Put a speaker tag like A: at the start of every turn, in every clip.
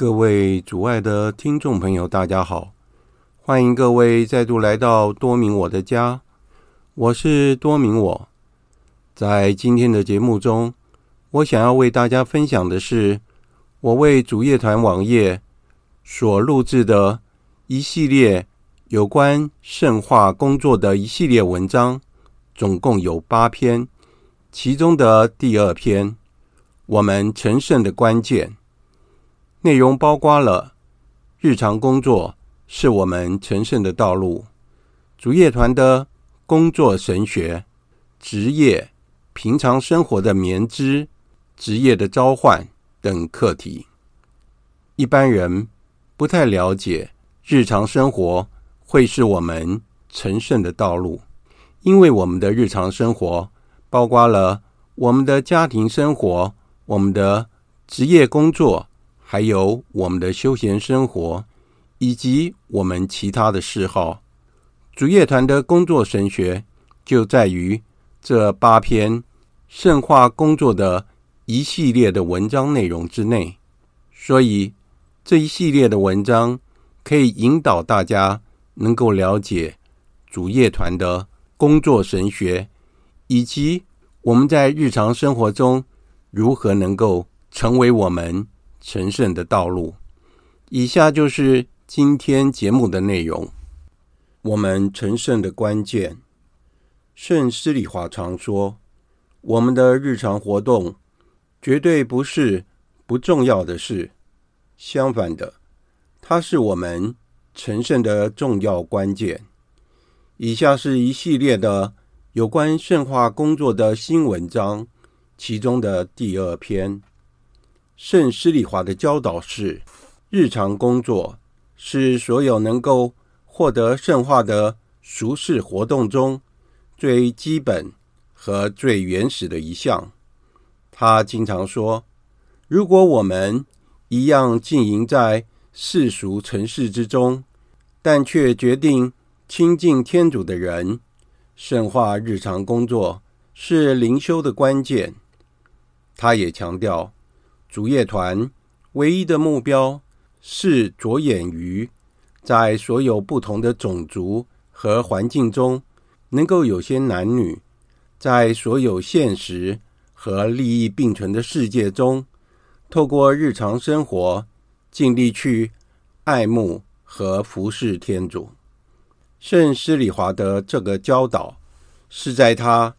A: 各位主爱的听众朋友，大家好，欢迎各位再度来到多明我的家，我是多明我。在今天的节目中，我想要为大家分享的是我为主业团网页所录制的一系列有关圣化工作的一系列文章，总共有8篇，其中的第2篇，我们成圣的关键，内容包括了日常工作是我们成圣的道路，主业团的工作神学，职业、平常生活的棉织、职业的召唤等课题。一般人不太了解日常生活会是我们成圣的道路，因为我们的日常生活包括了我们的家庭生活、我们的职业工作，还有我们的休闲生活，以及我们其他的嗜好。主业团的工作神学就在于这8篇圣化工作的一系列的文章内容之内，所以这一系列的文章可以引导大家能够了解主业团的工作神学，以及我们在日常生活中如何能够成为我们成圣的道路。以下就是今天节目的内容。我们成圣的关键。圣施礼华常说，我们的日常活动绝对不是不重要的事，相反的，它是我们成圣的重要关键。以下是一系列的有关圣化工作的新文章，其中的第2篇。圣施礼华的教导是，日常工作是所有能够获得圣化的俗世活动中最基本和最原始的一项。他经常说，如果我们一样浸淫在世俗尘世之中，但却决定亲近天主的人，圣化日常工作是灵修的关键。他也强调，主业团唯一的目标是着眼于在所有不同的种族和环境中，能够有些男女在所有现实和利益并存的世界中，透过日常生活尽力去爱慕和服侍天主。圣施礼华的这个教导是在他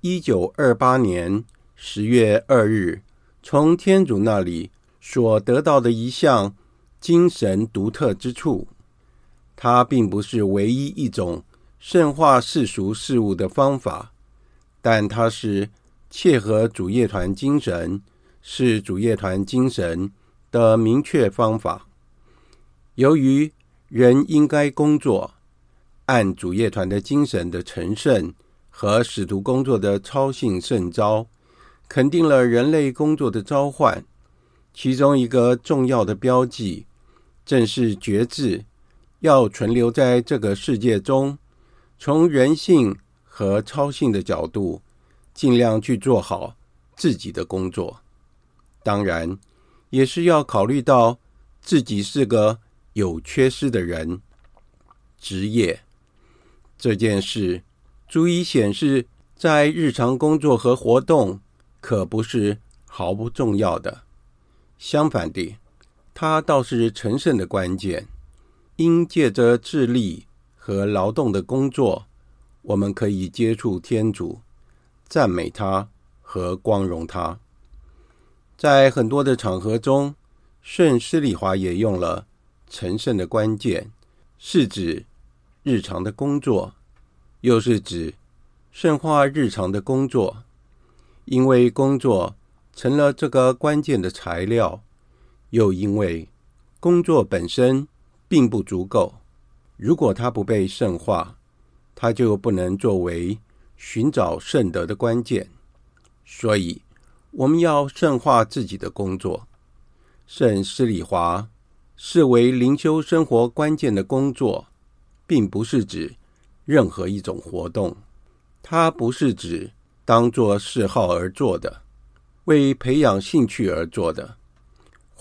A: 1928年10月2日从天主那里所得到的一项精神独特之处。它并不是唯一一种圣化世俗事物的方法，但它是切合主业团精神，是主业团精神的明确方法。由于人应该工作，按主业团的精神的成圣和使徒工作的超性圣召，肯定了人类工作的召唤。其中一个重要的标记，正是觉志要存留在这个世界中，从人性和超性的角度，尽量去做好自己的工作。当然，也是要考虑到自己是个有缺失的人。职业这件事，足以显示在日常工作和活动可不是毫不重要的。相反地，它倒是成圣的关键。因借着智力和劳动的工作，我们可以接触天主，赞美他和光荣他。在很多的场合中，圣施礼华也用了成圣的关键，是指日常的工作，又是指圣化日常的工作。因为工作成了这个关键的材料，又因为工作本身并不足够，如果它不被圣化，它就不能作为寻找圣德的关键。所以我们要圣化自己的工作。圣施礼华视为灵修生活关键的工作，并不是指任何一种活动，它不是指当作嗜好而做的，为培养兴趣而做的。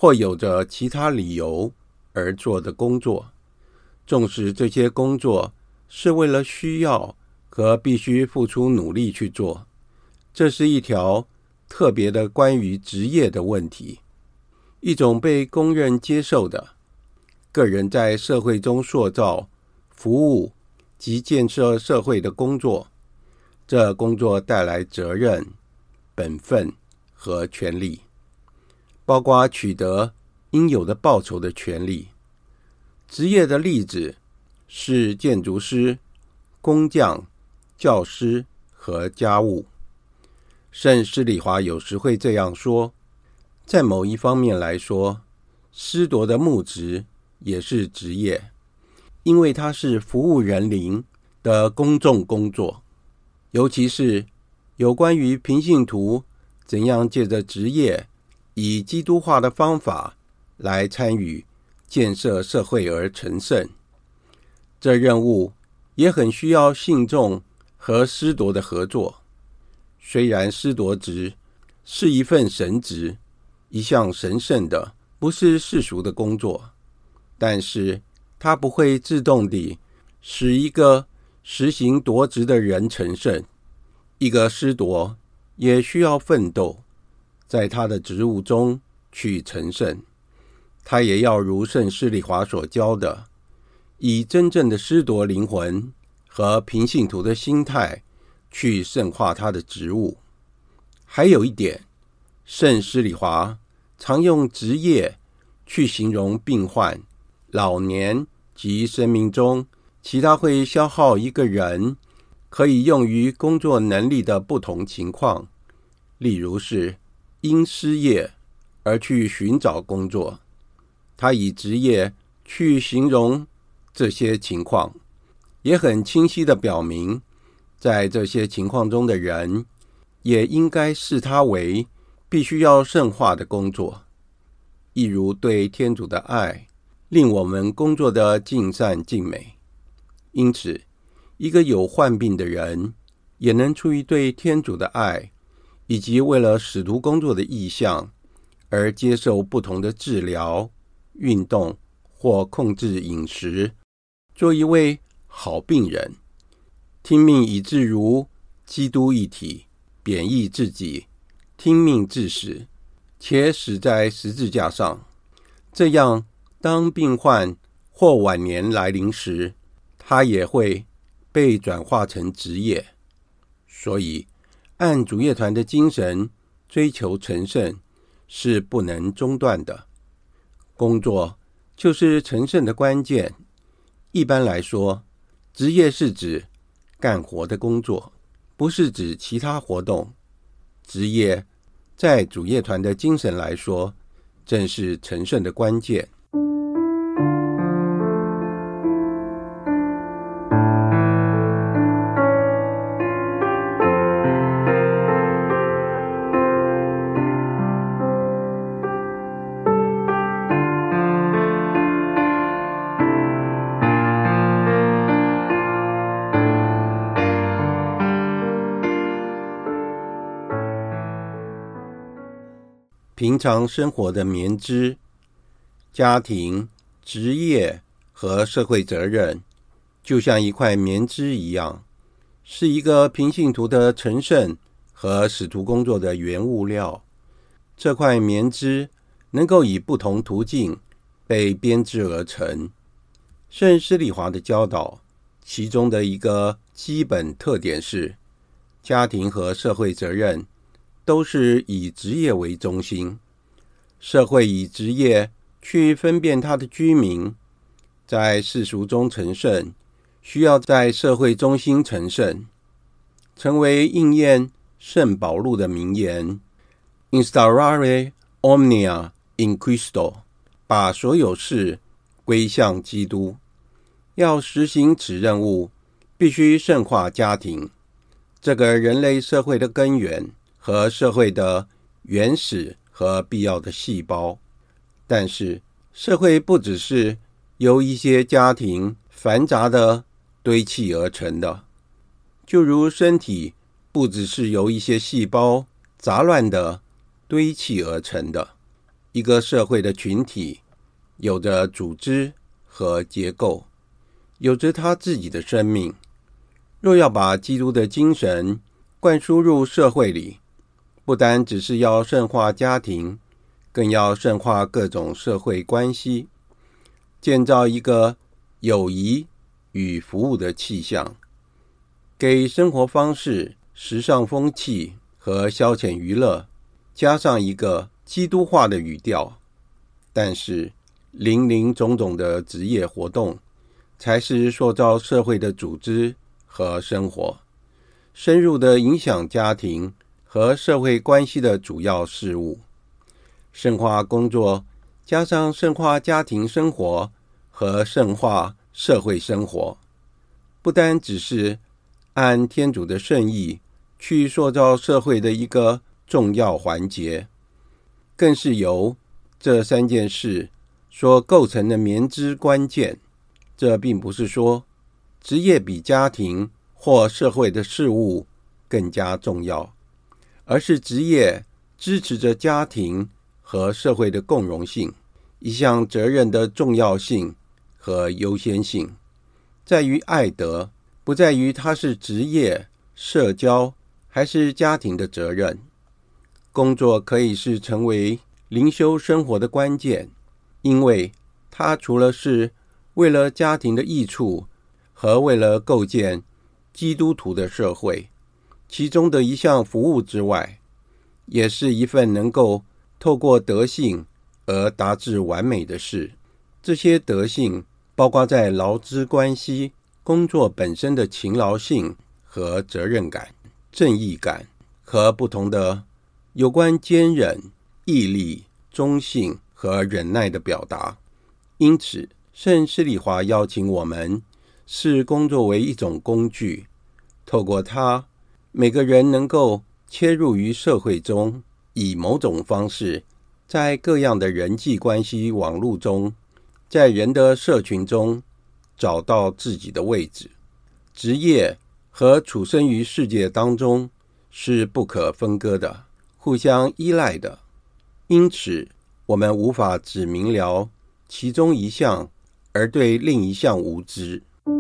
A: 或有着其他理由而做的工作，纵使这些工作是为了需要和必须付出努力去做，这是一条特别的关于职业的问题，一种被公认接受的个人在社会中塑造、服务及建设社会的工作。这工作带来责任、本分和权利，包括取得应有的报酬的权利。职业的例子是建筑师、工匠、教师和家务。圣施礼华有时会这样说，在某一方面来说，司铎的牧职也是职业，因为它是服务人灵的公众工作，尤其是有关于平信徒怎样借着职业以基督化的方法来参与建设社会而成圣。这任务也很需要信众和司铎的合作。虽然司铎职是一份神职，一项神圣的，不是世俗的工作，但是它不会自动地使一个实行铎职的人成圣。一个司铎也需要奋斗，在他的职务中去成圣。他也要如圣施礼华所教的，以真正的司铎灵魂和平信徒的心态去圣化他的职务。还有一点，圣施礼华常用职业去形容病患、老年及生命中其他会消耗一个人可以用于工作能力的不同情况，例如是因失业而去寻找工作。他以职业去形容这些情况，也很清晰地表明，在这些情况中的人也应该视他为必须要圣化的工作，一如对天主的爱令我们工作的尽善尽美。因此，一个有患病的人也能出于对天主的爱以及为了使徒工作的意向而接受不同的治疗、运动或控制饮食，做一位好病人，听命以致如基督一体，贬义自己，听命致死，且死在十字架上。这样，当病患或晚年来临时，他也会被转化成职业。所以，按主业团的精神追求成圣是不能中断的。工作就是成圣的关键。一般来说，职业是指干活的工作，不是指其他活动。职业在主业团的精神来说，正是成圣的关键。平常生活的棉织、家庭、职业和社会责任，就像一块棉织一样，是一个平信徒的成圣和使徒工作的原物料。这块棉织能够以不同途径被编织而成。圣施礼华的教导，其中的一个基本特点是，家庭和社会责任都是以职业为中心。社会以职业去分辨他的居民，在世俗中成圣，需要在社会中心成圣，成为应验圣保禄的名言 Instaurare omnia in Christo， 把所有事归向基督。要实行此任务，必须圣化家庭，这个人类社会的根源和社会的原始和必要的细胞。但是社会不只是由一些家庭繁杂的堆砌而成的，就如身体不只是由一些细胞杂乱的堆砌而成的。 一个社会的群体有着组织和结构，有着他自己的生命。若要把基督的精神灌输入社会里，不单只是要圣化家庭，更要圣化各种社会关系，建造一个友谊与服务的气象，给生活方式、时尚风气和消遣娱乐加上一个基督化的语调。但是林林总总的职业活动才是塑造社会的组织和生活，深入的影响家庭和社会关系的主要事务。圣化工作加上圣化家庭生活和圣化社会生活，不单只是按天主的圣意去塑造社会的一个重要环节，更是由这三件事所构成的绵之关键。这并不是说职业比家庭或社会的事务更加重要，而是职业支持着家庭和社会的共融性。一项责任的重要性和优先性在于爱德，不在于它是职业、社交还是家庭的责任。工作可以是成为灵修生活的关键，因为它除了是为了家庭的益处和为了构建基督徒的社会其中的一项服务之外，也是一份能够透过德性而达至完美的事。这些德性包括在劳资关系、工作本身的勤劳性和责任感、正义感和不同的有关坚忍、毅力、忠信和忍耐的表达。因此圣施礼华邀请我们视工作为一种工具，透过它，每个人能够切入于社会中，以某种方式在各样的人际关系网络中，在人的社群中找到自己的位置。职业和处身于世界当中是不可分割的，互相依赖的。因此我们无法只明了其中一项而对另一项无知。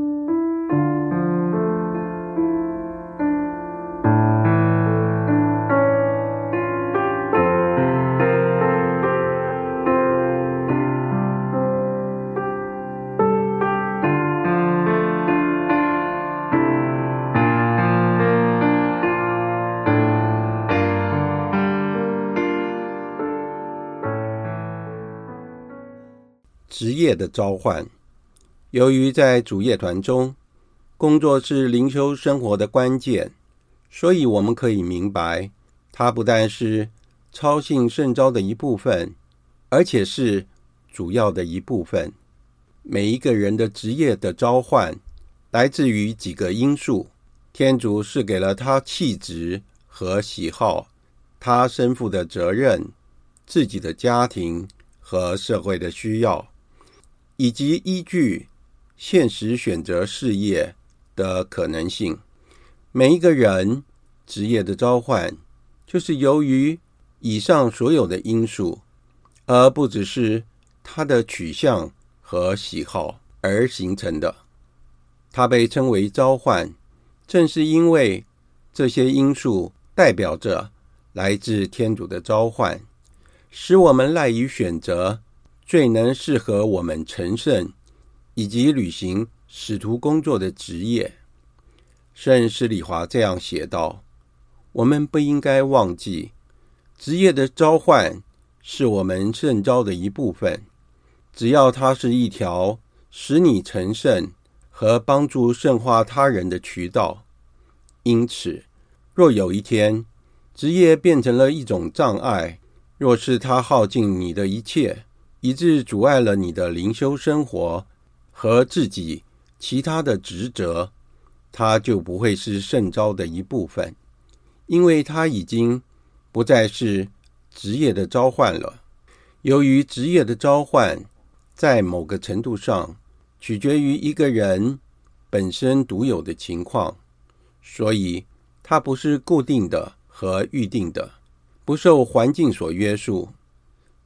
A: 职业的召唤。由于在主业团中，工作是灵修生活的关键，所以我们可以明白，它不但是超性圣召的一部分，而且是主要的一部分。每一个人的职业的召唤来自于几个因素。天主是给了他气质和喜好，他身负的责任，自己的家庭和社会的需要，以及依据现实选择事业的可能性。每一个人职业的召唤就是由于以上所有的因素，而不只是他的取向和喜好而形成的。它被称为召唤，正是因为这些因素代表着来自天主的召唤，使我们赖以选择最能适合我们成圣以及履行使徒工作的职业。圣施礼华这样写道：我们不应该忘记，职业的召唤是我们圣召的一部分，只要它是一条使你成圣和帮助圣化他人的渠道。因此，若有一天职业变成了一种障碍，若是它耗尽你的一切，以致阻碍了你的灵修生活和自己其他的职责，它就不会是圣召的一部分，因为它已经不再是职业的召唤了。由于职业的召唤在某个程度上取决于一个人本身独有的情况，所以它不是固定的和预定的，不受环境所约束。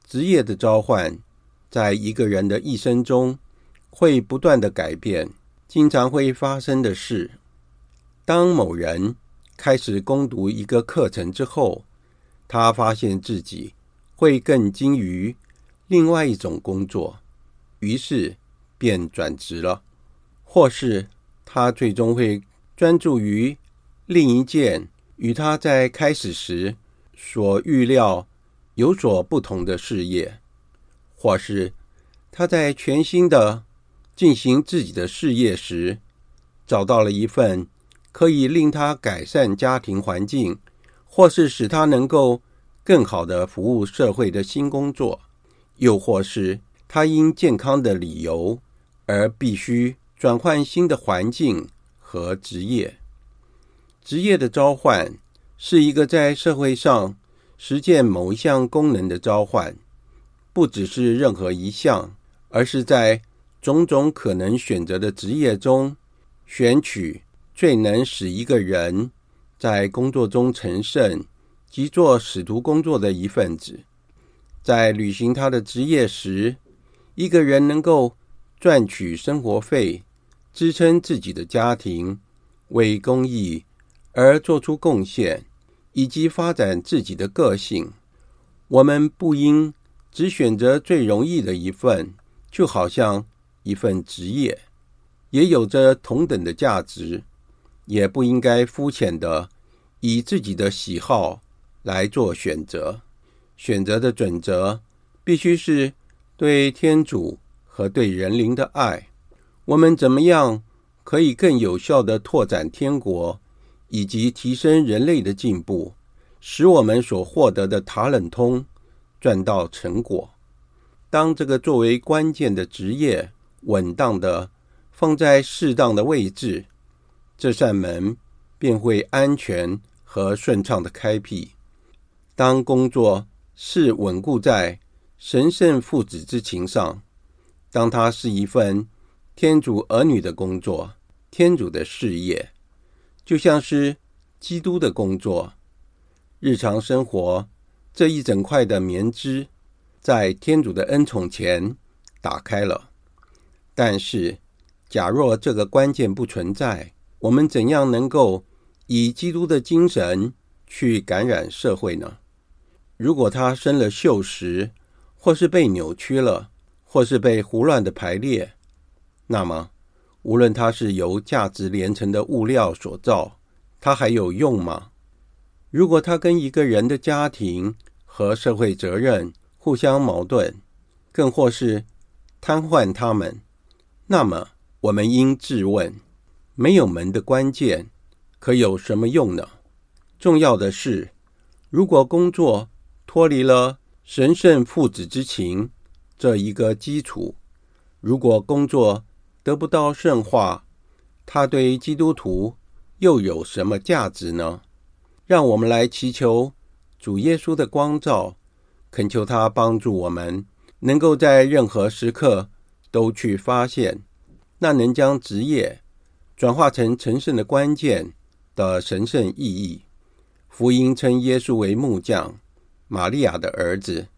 A: 职业的召唤在一个人的一生中会不断的改变，经常会发生的事。当某人开始攻读一个课程之后，他发现自己会更精于另外一种工作，于是便转职了，或是他最终会专注于另一件与他在开始时所预料有所不同的事业，或是他在全心的进行自己的事业时，找到了一份可以令他改善家庭环境，或是使他能够更好的服务社会的新工作，又或是他因健康的理由而必须转换新的环境和职业。职业的召唤是一个在社会上实践某一项功能的召唤，不只是任何一项，而是在种种可能选择的职业中选取最能使一个人在工作中成圣及做使徒工作的一份子。在履行他的职业时，一个人能够赚取生活费，支撑自己的家庭，为公益而做出贡献，以及发展自己的个性。我们不应只选择最容易的一份，就好像一份职业也有着同等的价值，也不应该肤浅的以自己的喜好来做选择。选择的准则必须是对天主和对人灵的爱。我们怎么样可以更有效地拓展天国，以及提升人类的进步，使我们所获得的塔冷通赚到成果。当这个作为关键的职业稳当地放在适当的位置，这扇门便会安全和顺畅地开辟。当工作是稳固在神圣父子之情上，当它是一份天主儿女的工作，天主的事业，就像是基督的工作，日常生活这一整块的棉织在天主的恩宠前打开了。但是假若这个关键不存在，我们怎样能够以基督的精神去感染社会呢？如果它生了锈蚀，或是被扭曲了，或是被胡乱的排列，那么无论它是由价值连城的物料所造，它还有用吗？如果它跟一个人的家庭和社会责任互相矛盾，更或是瘫痪他们，那么我们应质问，没有门的关键可有什么用呢？重要的是，如果工作脱离了神圣父子之情这一个基础，如果工作得不到圣化，它对基督徒又有什么价值呢？让我们来祈求主耶稣的光照，恳求他帮助我们能够在任何时刻都去发现那能将职业转化成成圣的关键的神圣意义。福音称耶稣为木匠，玛利亚的儿子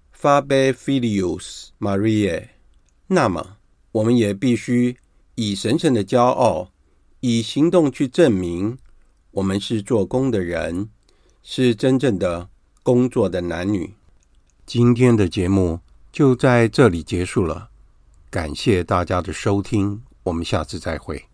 A: Fabe Filius Mariae。 那么我们也必须以神圣的骄傲，以行动去证明我们是做工的人，是真正的工作的男女。今天的节目就在这里结束了，感谢大家的收听，我们下次再会。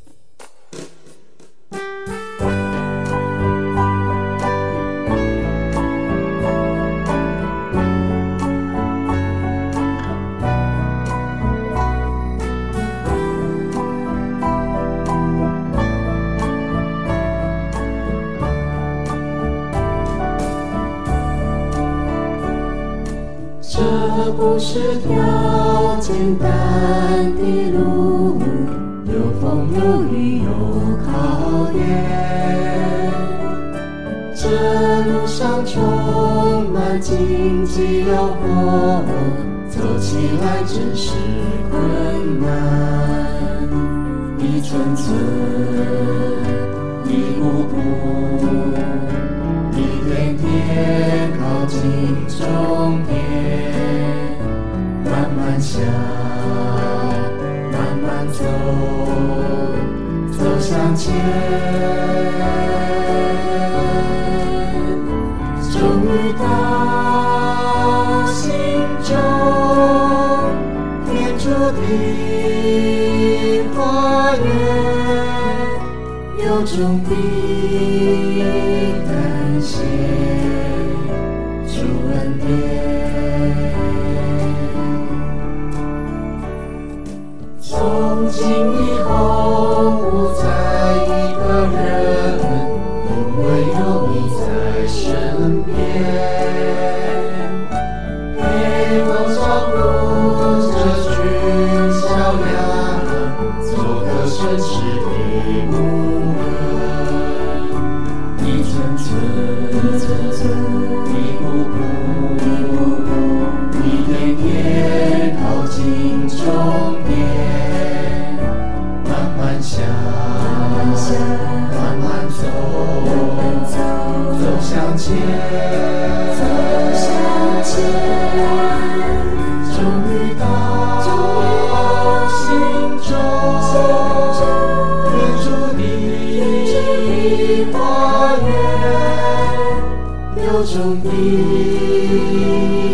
B: 这不是条简单的路，有风有雨有考验，这路上充满荆棘诱惑，走起来真是困难，一寸寸一步步，一点点靠近终点。 慢想，慢慢走，走向前，终于到心中天主的花园，由衷的感谢主恩典。从今以后不再一个人，因为有你在身边，陪我照顾这群小羊，做个诚实的牧人，一寸寸，一步步，一天天靠近终点。慢慢想，慢慢走，走向前，终于到心中天主的花园，由衷的